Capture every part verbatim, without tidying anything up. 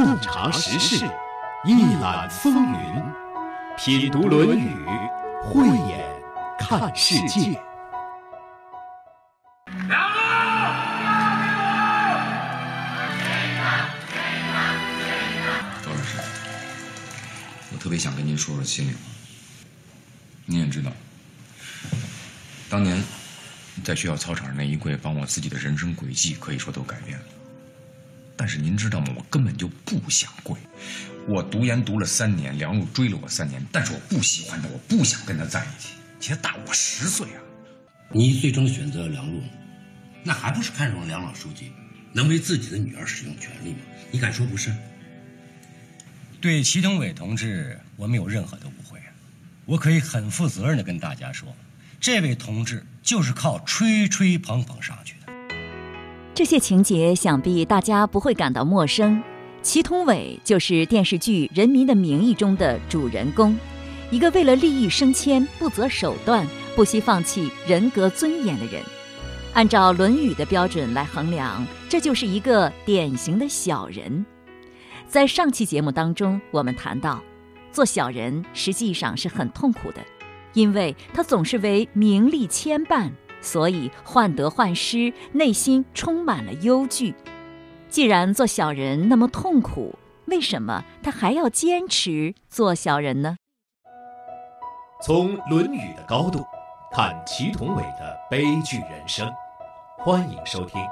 洞察时事，一览风云，品读《论语》，慧眼看世界。 赵老师，我特别想跟您说说心里话。您也知道，当年在学校操场上那一跪，帮我自己的人生轨迹可以说都改变了。但是您知道吗？我根本就不想跪。我读研读了三年，梁璐追了我三年，但是我不喜欢他，我不想跟他在一起。其实大我十岁啊。 你最终选择梁璐，那还不是看中梁老书记能为自己的女儿使用权利吗？你敢说不是？ 对祁同伟同志，我没有任何的误会。我可以很负责任地跟大家说，这位同志就是靠吹吹捧捧上去的。 这些情节想必大家不会感到陌生。祁同伟就是电视剧《人民的名义》中的主人公，一个为了利益升迁不择手段、不惜放弃人格尊严的人。按照《论语》的标准来衡量，这就是一个典型的小人。在上期节目当中，我们谈到做小人实际上是很痛苦的，因为他总是为名利牵绊，所以患得患失，内心充满了忧惧。既然做小人那么痛苦，为什么他还要坚持做小人呢？ 从《论语》的高度看祁同伟的悲剧人生，欢迎收听。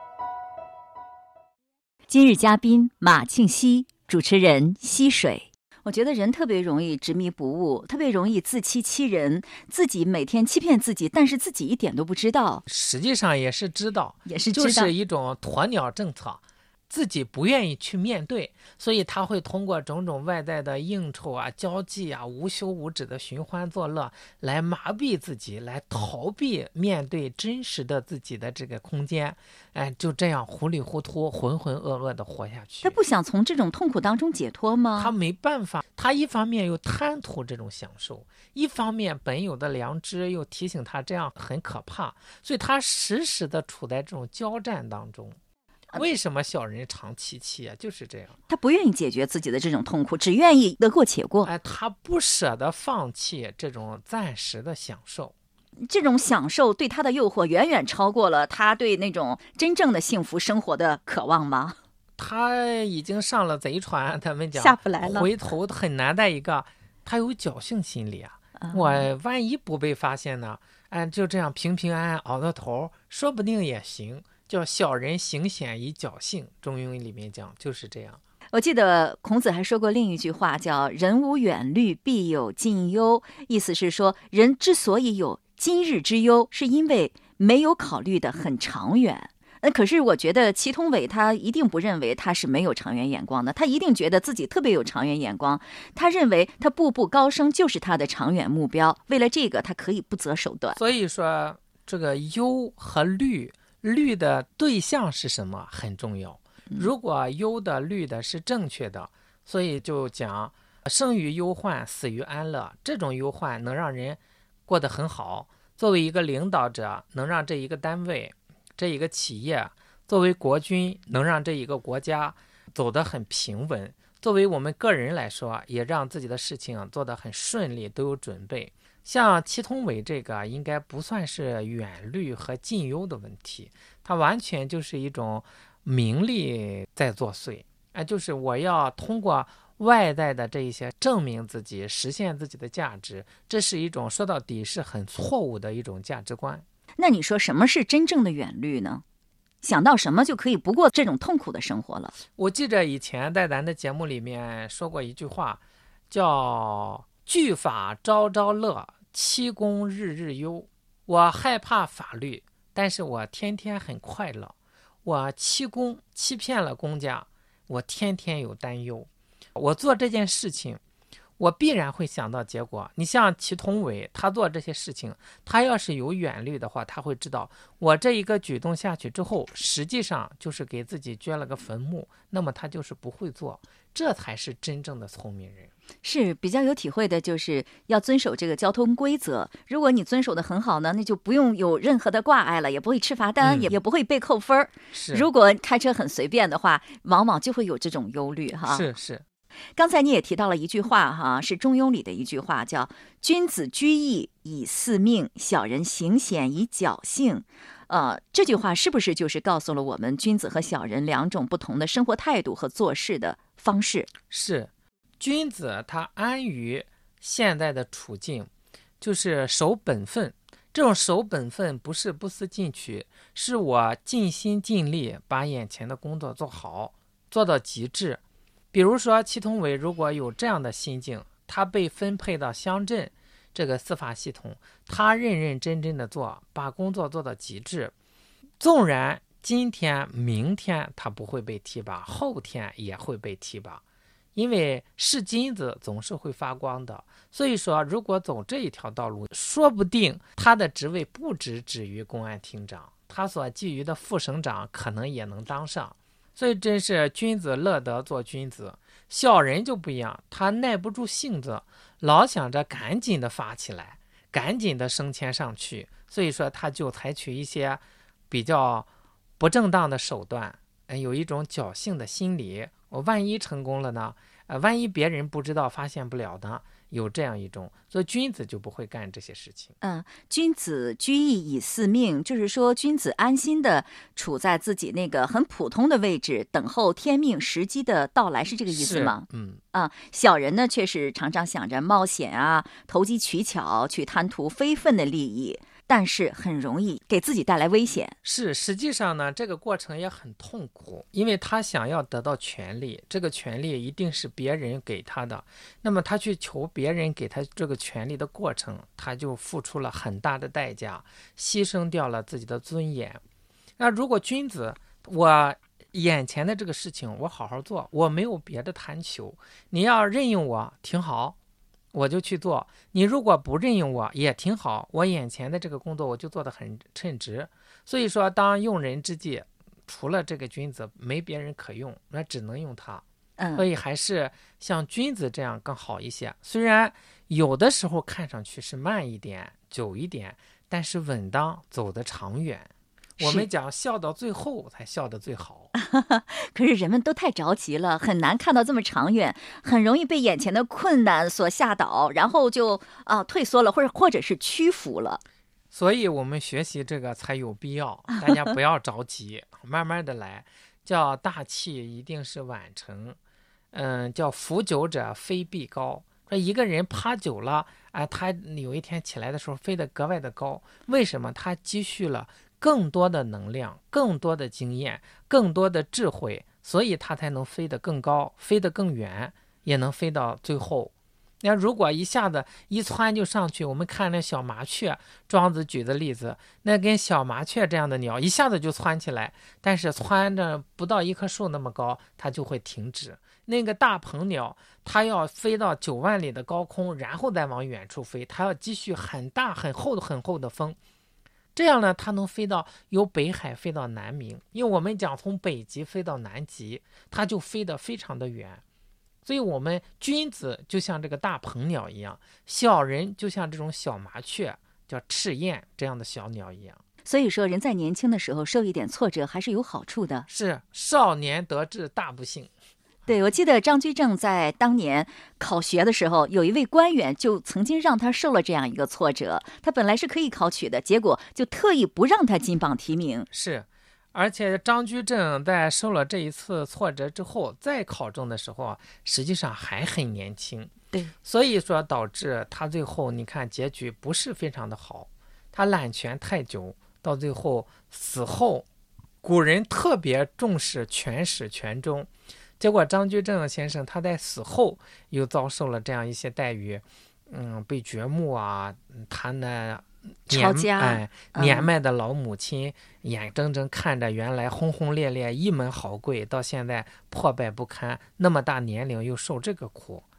今日嘉宾马庆西，主持人溪水。我觉得人特别容易执迷不悟，特别容易自欺欺人，自己每天欺骗自己，但是自己一点都不知道。 实际上也是知道， 也是知道， 就是一种鸵鸟政策，自己不愿意去面对，所以他会通过种种外在的应酬啊、交际啊、无休无止的寻欢作乐来麻痹自己，来逃避面对真实的自己的这个空间。哎，就这样糊里糊涂、浑浑噩噩的活下去。 他不想从这种痛苦当中解脱吗？ 他没办法，他一方面又贪图这种享受，一方面本有的良知又提醒他这样很可怕，所以他时时的处在这种交战当中。为什么小人常戚戚啊？就是这样， 他不愿意解决自己的这种痛苦，只愿意得过且过。 哎，他不舍得放弃这种暂时的享受。 这种享受对他的诱惑远远超过了他对那种真正的幸福生活的渴望吗？ 他已经上了贼船，他们讲下不来了， 回头很难的一个，他有侥幸心理啊。嗯、我万一不被发现呢？哎，就这样平平安安熬到头，说不定也行。叫小人行险以侥幸，中庸里面讲就是这样。 我记得孔子还说过另一句话，叫人无远虑，必有近忧。意思是说，人之所以有今日之忧，是因为没有考虑的很长远。那可是我觉得祁同伟他一定不认为他是没有长远眼光的，他一定觉得自己特别有长远眼光。他认为他步步高升就是他的长远目标，为了这个他可以不择手段。 所以说这个忧和虑，虑的对象是什么很重要。如果忧的虑的是正确的，所以就讲生于忧患，死于安乐。这种忧患能让人过得很好，作为一个领导者能让这一个单位、这一个企业，作为国君能让这一个国家走得很平稳，作为我们个人来说也让自己的事情做得很顺利，都有准备。像祁同伟这个应该不算是远虑和近忧的问题，它完全就是一种名利在作祟。哎，就是我要通过外在的这一些证明自己，实现自己的价值，这是一种说到底是很错误的一种价值观。 那你说什么是真正的远虑呢？想到什么就可以不过这种痛苦的生活了？ 我记着以前在咱的节目里面说过一句话，叫惧法朝朝乐，七公日日忧。我害怕法律，但是我天天很快乐。我欺公，欺骗了公家，我天天有担忧。我做这件事情， 我必然会想到结果。你像祁同伟，他做这些事情，他要是有远虑的话，他会知道我这一个举动下去之后，实际上就是给自己掘了个坟墓，那么他就是不会做，这才是真正的聪明人。 是比较有体会的，就是要遵守这个交通规则。如果你遵守的很好呢，那就不用有任何的挂碍了，也不会吃罚单，嗯、也也不会被扣分。 是， 如果开车很随便的话，往往就会有这种忧虑哈。 是是。 刚才你也提到了一句话哈，是《中庸》里的一句话，叫“君子居易以四命，小人行险以侥幸”。呃，这句话是不是就是告诉了我们君子和小人两种不同的生活态度和做事的方式？ 是，君子他安于现在的处境，就是守本分。这种守本分不是不思进取，是我尽心尽力把眼前的工作做好，做到极致。比如说祁同伟如果有这样的心境，他被分配到乡镇这个司法系统，他认认真真的做，把工作做到极致，纵然今天明天他不会被提拔，后天也会被提拔，因为是金子总是会发光的。所以说如果走这一条道路，说不定他的职位不只止于公安厅长，他所觊觎的副省长可能也能当上。所以真是君子乐得做君子。小人就不一样，他耐不住性子，老想着赶紧的发起来，赶紧的升迁上去，所以说他就采取一些比较不正当的手段，有一种侥幸的心理。我万一成功了呢？呃，万一别人不知道发现不了呢？有这样一种，所以君子就不会干这些事情。 嗯，君子居易以四命，就是说君子安心的处在自己那个很普通的位置，等候天命时机的到来，是这个意思吗？ 嗯啊，小人呢却是常常想着冒险啊，投机取巧，去贪图非分的利益。但是很容易给自己带来危险。 是，实际上呢，这个过程也很痛苦，因为他想要得到权利，这个权利一定是别人给他的，那么他去求别人给他这个权利的过程，他就付出了很大的代价，牺牲掉了自己的尊严。那如果君子，我眼前的这个事情我好好做，我没有别的贪求，你要任用我挺好，我就去做，你如果不任用我也挺好，我眼前的这个工作我就做得很称职。所以说当用人之际，除了这个君子没别人可用，那只能用他。 嗯， 所以还是像君子这样更好一些，虽然有的时候看上去是慢一点久一点，但是稳当，走得长远。我们讲笑到最后才笑得最好。 可是人们都太着急了，很难看到这么长远，很容易被眼前的困难所吓倒，然后就啊、呃、退缩了，或者或者是屈服了。 所以我们学习这个才有必要，大家不要着急，慢慢的来。叫大器一定是晚成，嗯，叫扶久者飞必高。说一个人趴久了，啊，他有一天起来的时候飞得格外的高，为什么？他积蓄了更多的能量，更多的经验，更多的智慧，所以他才能飞得更高，飞得更远，也能飞到最后。那如果一下子一窜就上去，我们看那小麻雀，庄子举的例子，那跟小麻雀这样的鸟一下子就窜起来，但是窜着不到一棵树那么高，它就会停止。那个大鹏鸟，它要飞到九万里的高空，然后再往远处飞，它要积蓄很大很厚很厚的风。这样呢，它能飞到由北海飞到南冥，因为我们讲从北极飞到南极，它就飞得非常的远。所以我们君子就像这个大鹏鸟一样，小人就像这种小麻雀，叫赤雁这样的小鸟一样。 所以说人在年轻的时候受一点挫折还是有好处的。 是，少年得志大不幸。 对，我记得张居正在当年考学的时候，有一位官员就曾经让他受了这样一个挫折，他本来是可以考取的，结果就特意不让他金榜题名。 是，而且张居正在受了这一次挫折之后，再考中的时候，实际上还很年轻。 对， 所以说导致他最后你看结局不是非常的好，他揽权太久，到最后死后，古人特别重视权始权终。结果张居正先生他在死后又遭受了这样一些待遇，嗯，被掘墓啊，他呢抄家， 哎，年迈的老母亲、嗯、眼睁睁看着原来轰轰烈烈一门好贵，到现在破败不堪，那么大年龄又受这个苦，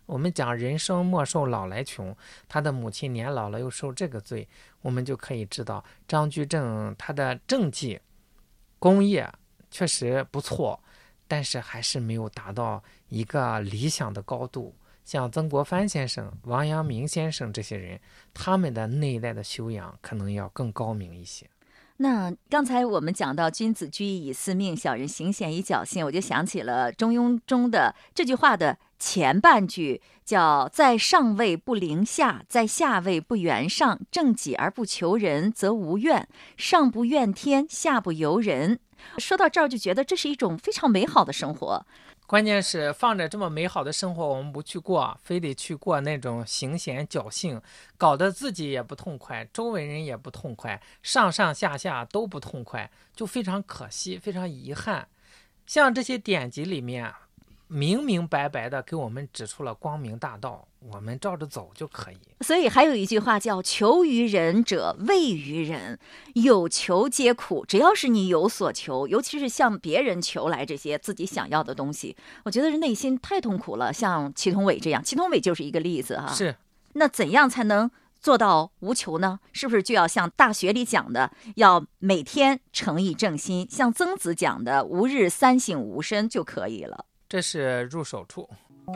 我们讲人生莫受老来穷，他的母亲年老了又受这个罪，我们就可以知道张居正他的政绩功业确实不错，但是还是没有达到一个理想的高度。像曾国藩先生、王阳明先生这些人，他们的内在的修养可能要更高明一些。 那刚才我们讲到君子居易以四命，小人行险以侥幸，我就想起了《中庸》中的这句话的前半句，叫在上位不凌下，在下位不圆上，正己而不求人，则无怨，上不怨天，下不尤人。说到这儿就觉得这是一种非常美好的生活。 关键是放着这么美好的生活我们不去过，非得去过那种行险侥幸，搞得自己也不痛快，周围人也不痛快，上上下下都不痛快，就非常可惜，非常遗憾。像这些典籍里面明明白白的给我们指出了光明大道，我们照着走就可以。 所以还有一句话叫求于人者谓于人，有求皆苦。只要是你有所求，尤其是向别人求来这些自己想要的东西，我觉得是内心太痛苦了。像祁同伟这样，祁同伟就是一个例子哈。 是。 那怎样才能做到无求呢？是不是就要像大学里讲的，要每天诚意正心，像曾子讲的吾日三省吾身就可以了？ 这是入手处。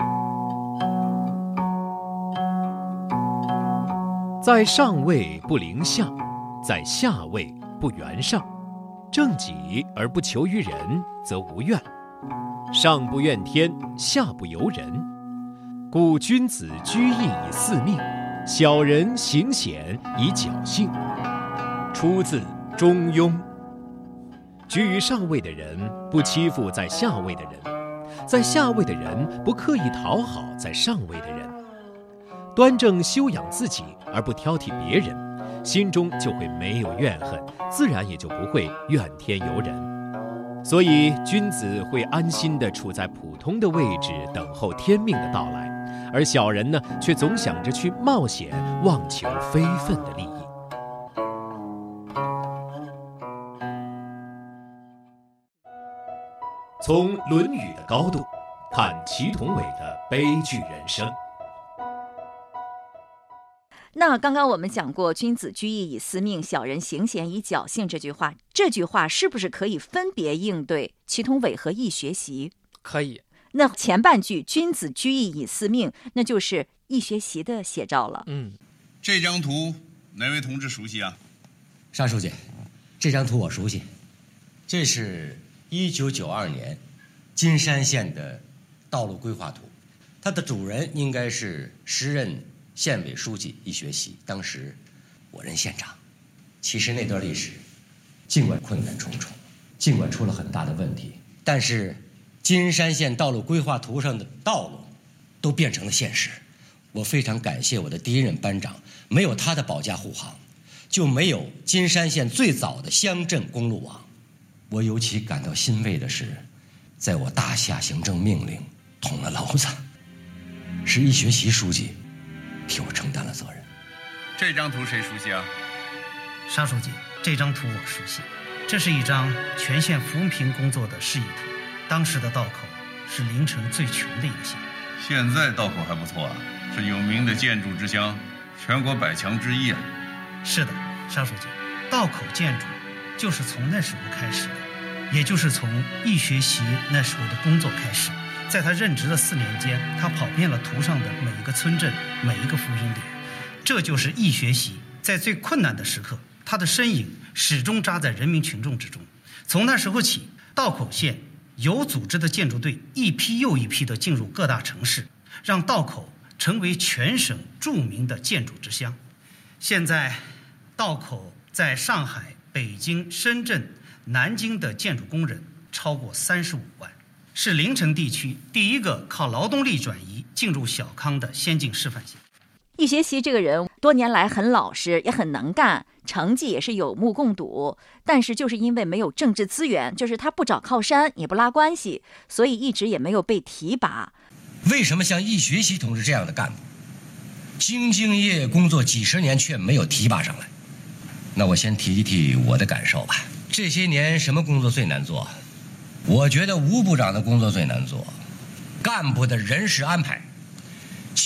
在上位不凌下，在下位不圆上，正己而不求于人，则无怨，上不怨天，下不尤人。故君子居易以四命，小人行险以侥幸。出自《中庸》。居于上位的人不欺负在下位的人，在下位的人不刻意讨好在上位的人，端正修养自己而不挑剔别人，心中就会没有怨恨，自然也就不会怨天尤人。所以君子会安心地处在普通的位置，等候天命的到来，而小人呢，却总想着去冒险，妄求非分的利益。从《论语》的高度看祁同伟的悲剧人生。 那刚刚我们讲过君子居易以四命，小人行险以侥幸这句话，这句话是不是可以分别应对祁同伟和易学习？ 可以。 那前半句君子居易以四命，那就是易学习的写照了。 嗯， 这张图哪位同志熟悉啊？ 沙书记，这张图我熟悉，这是一九九二年金山县的道路规划图，它的主人应该是时任县委书记易学习，当时我任县长。其实那段历史尽管困难重重，尽管出了很大的问题，但是金山县道路规划图上的道路都变成了现实。我非常感谢我的第一任班长，没有他的保驾护航，就没有金山县最早的乡镇公路网。我尤其感到欣慰的是，在我大下行政命令捅了娄子，是易学习书记替我承担了责任。 这张图谁熟悉啊？ 沙书记，这张图我熟悉，这是一张全县扶贫工作的示意图。当时的道口是临城最穷的一个县， 现在道口还不错啊，是有名的建筑之乡，全国百强之一啊。 是的，沙书记，道口建筑就是从那时候开始的，也就是从易学习那时候的工作开始。在他任职的四年间，他跑遍了图上的每一个村镇，每一个福音点。这就是易学习在最困难的时刻，他的身影始终扎在人民群众之中。从那时候起，道口县有组织的建筑队一批又一批地进入各大城市，让道口成为全省著名的建筑之乡。现在道口在上海、北京、深圳、南京的建筑工人超过三十五万，是临城地区第一个靠劳动力转移进入小康的先进示范县。 易学习这个人多年来很老实，也很能干，成绩也是有目共睹，但是就是因为没有政治资源，就是他不找靠山也不拉关系，所以一直也没有被提拔。 为什么像易学习同志这样的干部兢兢业业工作几十年却没有提拔上来？那我先提一提我的感受吧。这些年什么工作最难做？我觉得吴部长的工作最难做，干部的人事安排。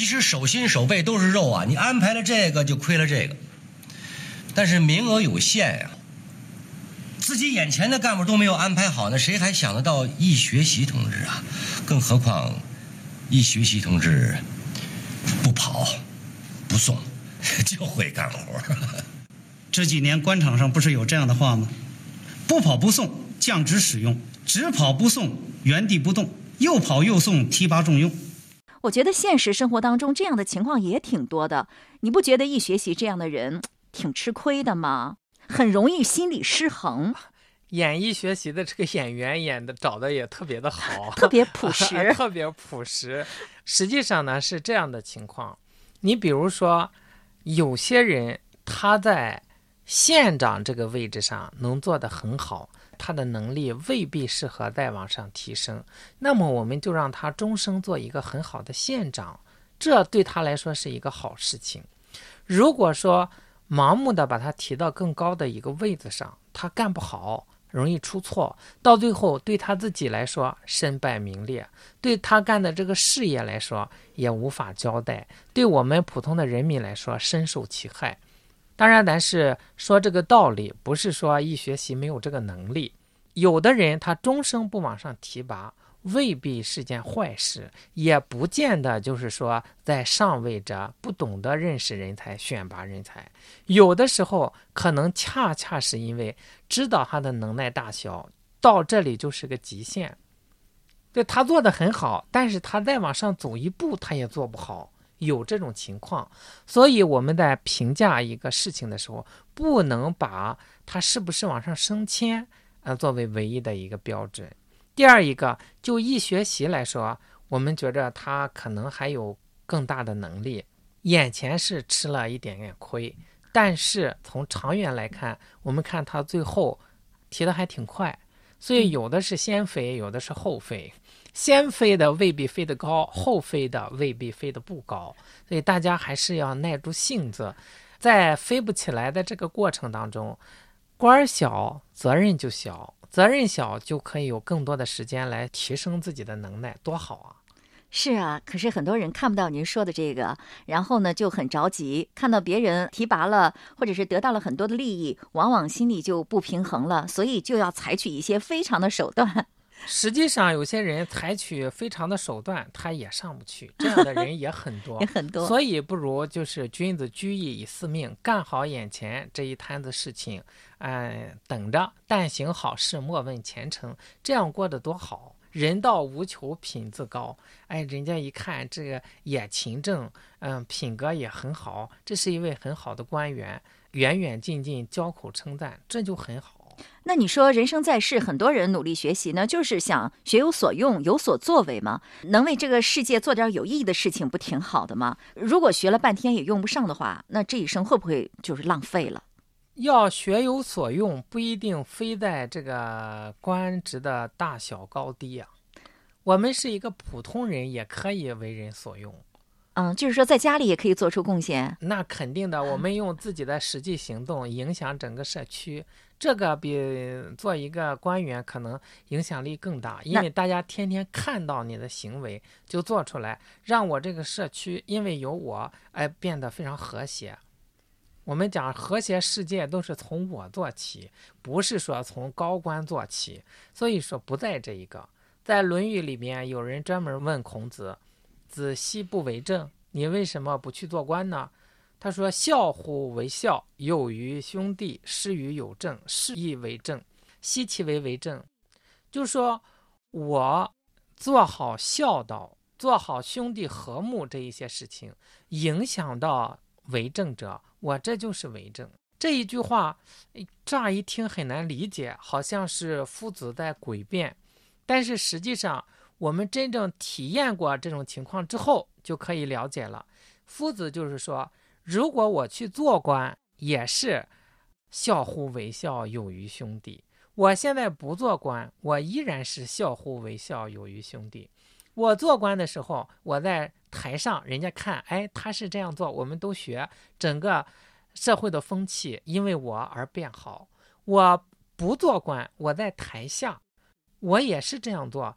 其实手心手背都是肉啊，你安排了这个就亏了这个。但是名额有限呀、啊，自己眼前的干部都没有安排好，那谁还想得到易学习同志啊？更何况易学习同志不跑不送，就会干活。 这几年官场上不是有这样的话吗？不跑不送，降职使用；只跑不送，原地不动；又跑又送，提拔重用。 我觉得现实生活当中这样的情况也挺多的，你不觉得易学习这样的人挺吃亏的吗？很容易心理失衡。 演易学习的这个演员演的找的也特别的好， 特别朴实特别朴实。实际上呢是这样的情况，你比如说有些人他在县长这个位置上能做得很好，他的能力未必适合再往上提升，那么我们就让他终生做一个很好的县长，这对他来说是一个好事情。如果说盲目的把他提到更高的一个位子上，他干不好，容易出错，到最后对他自己来说身败名裂，对他干的这个事业来说也无法交代，对我们普通的人民来说深受其害。当然咱是说这个道理，不是说易学习没有这个能力，有的人他终生不往上提拔未必是件坏事，也不见得就是说在上位者不懂得认识人才选拔人才，有的时候可能恰恰是因为知道他的能耐大小到这里就是个极限，对，他做得很好，但是他再往上走一步他也做不好，有这种情况。所以我们在评价一个事情的时候，不能把他是不是往上升迁呃作为唯一的一个标准。第二一个，就易学习来说，我们觉着他可能还有更大的能力，眼前是吃了一点点亏，但是从长远来看，我们看他最后提的还挺快，所以有的是先飞，有的是后飞，先飞的未必飞得高，后飞的未必飞得不高，所以大家还是要耐住性子，在飞不起来的这个过程当中，官小责任就小，责任小就可以有更多的时间来提升自己的能耐，多好啊。 是啊，可是很多人看不到您说的这个，然后呢就很着急，看到别人提拔了或者是得到了很多的利益，往往心里就不平衡了，所以就要采取一些非常的手段。 实际上有些人采取非常的手段他也上不去，这样的人也很多也很多， 所以不如就是君子居易以四命，干好眼前这一摊子事情，呃、等着但行好事莫问前程，这样过得多好。人到无求品自高，哎，人家一看这个也勤政，嗯，品格也很好，这是一位很好的官员，远远近近交口称赞，这就很好。 那你说人生在世，很多人努力学习呢，就是想学有所用，有所作为嘛，能为这个世界做点有意义的事情，不挺好的吗？如果学了半天也用不上的话，那这一生会不会就是浪费了？ 要学有所用，不一定非在这个官职的大小高低啊。我们是一个普通人，也可以为人所用。 嗯，就是说在家里也可以做出贡献。 那肯定的，我们用自己的实际行动影响整个社区，这个比做一个官员可能影响力更大，因为大家天天看到你的行为就做出来，让我这个社区因为有我哎变得非常和谐。我们讲和谐世界都是从我做起，不是说从高官做起，所以说不在这一个。在《论语》里面有人专门问孔子，子奚不为政，你为什么不去做官呢？他说，孝乎为孝，有于兄弟，施于有政，是亦为政，奚其为为政？就是说我做好孝道，做好兄弟和睦这一些事情，影响到为政者，我这就是为政。这一句话乍一听很难理解，好像是夫子在诡辩，但是实际上我们真正体验过这种情况之后就可以了解了。夫子就是说，如果我去做官也是孝乎为孝，有于兄弟，我现在不做官，我依然是孝乎为孝，有于兄弟。我做官的时候，我在台上人家看，哎，他是这样做，我们都学，整个社会的风气因为我而变好。我不做官，我在台下我也是这样做，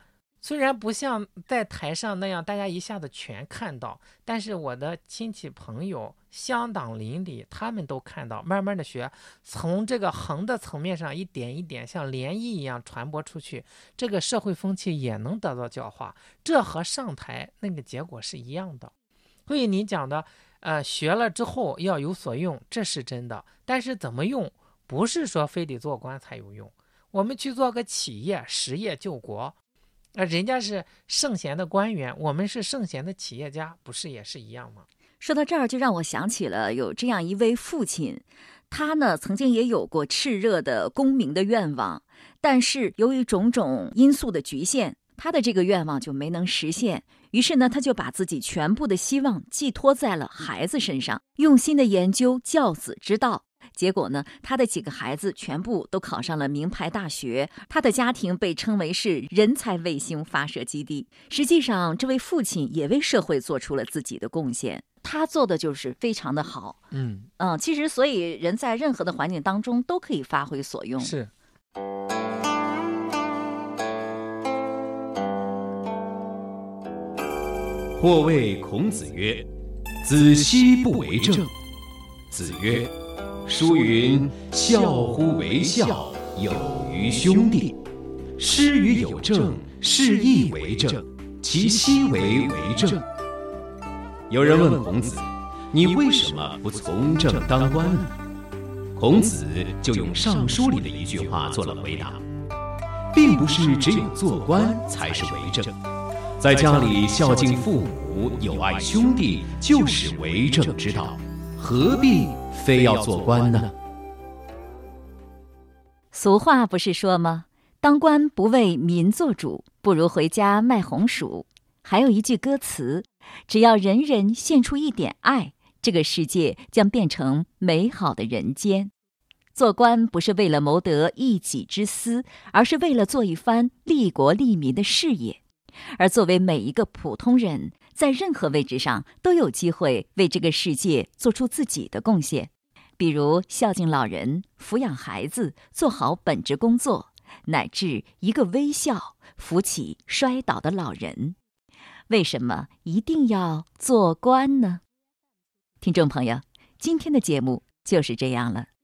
虽然不像在台上那样大家一下子全看到，但是我的亲戚朋友乡党邻里他们都看到，慢慢的学，从这个横的层面上一点一点像涟漪一样传播出去，这个社会风气也能得到教化，这和上台那个结果是一样的。所以你讲的呃，学了之后要有所用，这是真的，但是怎么用不是说非得做官才有用，我们去做个企业实业救国，呃，人家是圣贤的官员，我们是圣贤的企业家，不是也是一样吗？ 说到这儿，就让我想起了有这样一位父亲，他呢曾经也有过炽热的功名的愿望，但是由于种种因素的局限，他的这个愿望就没能实现。于是呢，他就把自己全部的希望寄托在了孩子身上，用心的研究教子之道。结果呢，他的几个孩子全部都考上了名牌大学，他的家庭被称为是人才卫星发射基地。实际上，这位父亲也为社会做出了自己的贡献，他做的就是非常的好。 嗯嗯，其实所以人在任何的环境当中都可以发挥所用。 是。 或谓孔子曰：“子奚不为政？”子曰：“书云：孝乎为孝，有于兄弟。师于有政，是亦为政，其奚为为政？”有人问孔子：“你为什么不从政当官呢？”孔子就用《尚书》里的一句话做了回答，并不是只有做官才是为政。在家里孝敬父母，友爱兄弟，就是为政之道，何必非要做官呢？ 俗话不是说吗？当官不为民做主，不如回家卖红薯。还有一句歌词：只要人人献出一点爱，这个世界将变成美好的人间。做官不是为了谋得一己之私，而是为了做一番利国利民的事业。而作为每一个普通人，在任何位置上都有机会为这个世界做出自己的贡献，比如孝敬老人、抚养孩子、做好本职工作，乃至一个微笑扶起摔倒的老人。为什么一定要做官呢？听众朋友，今天的节目就是这样了。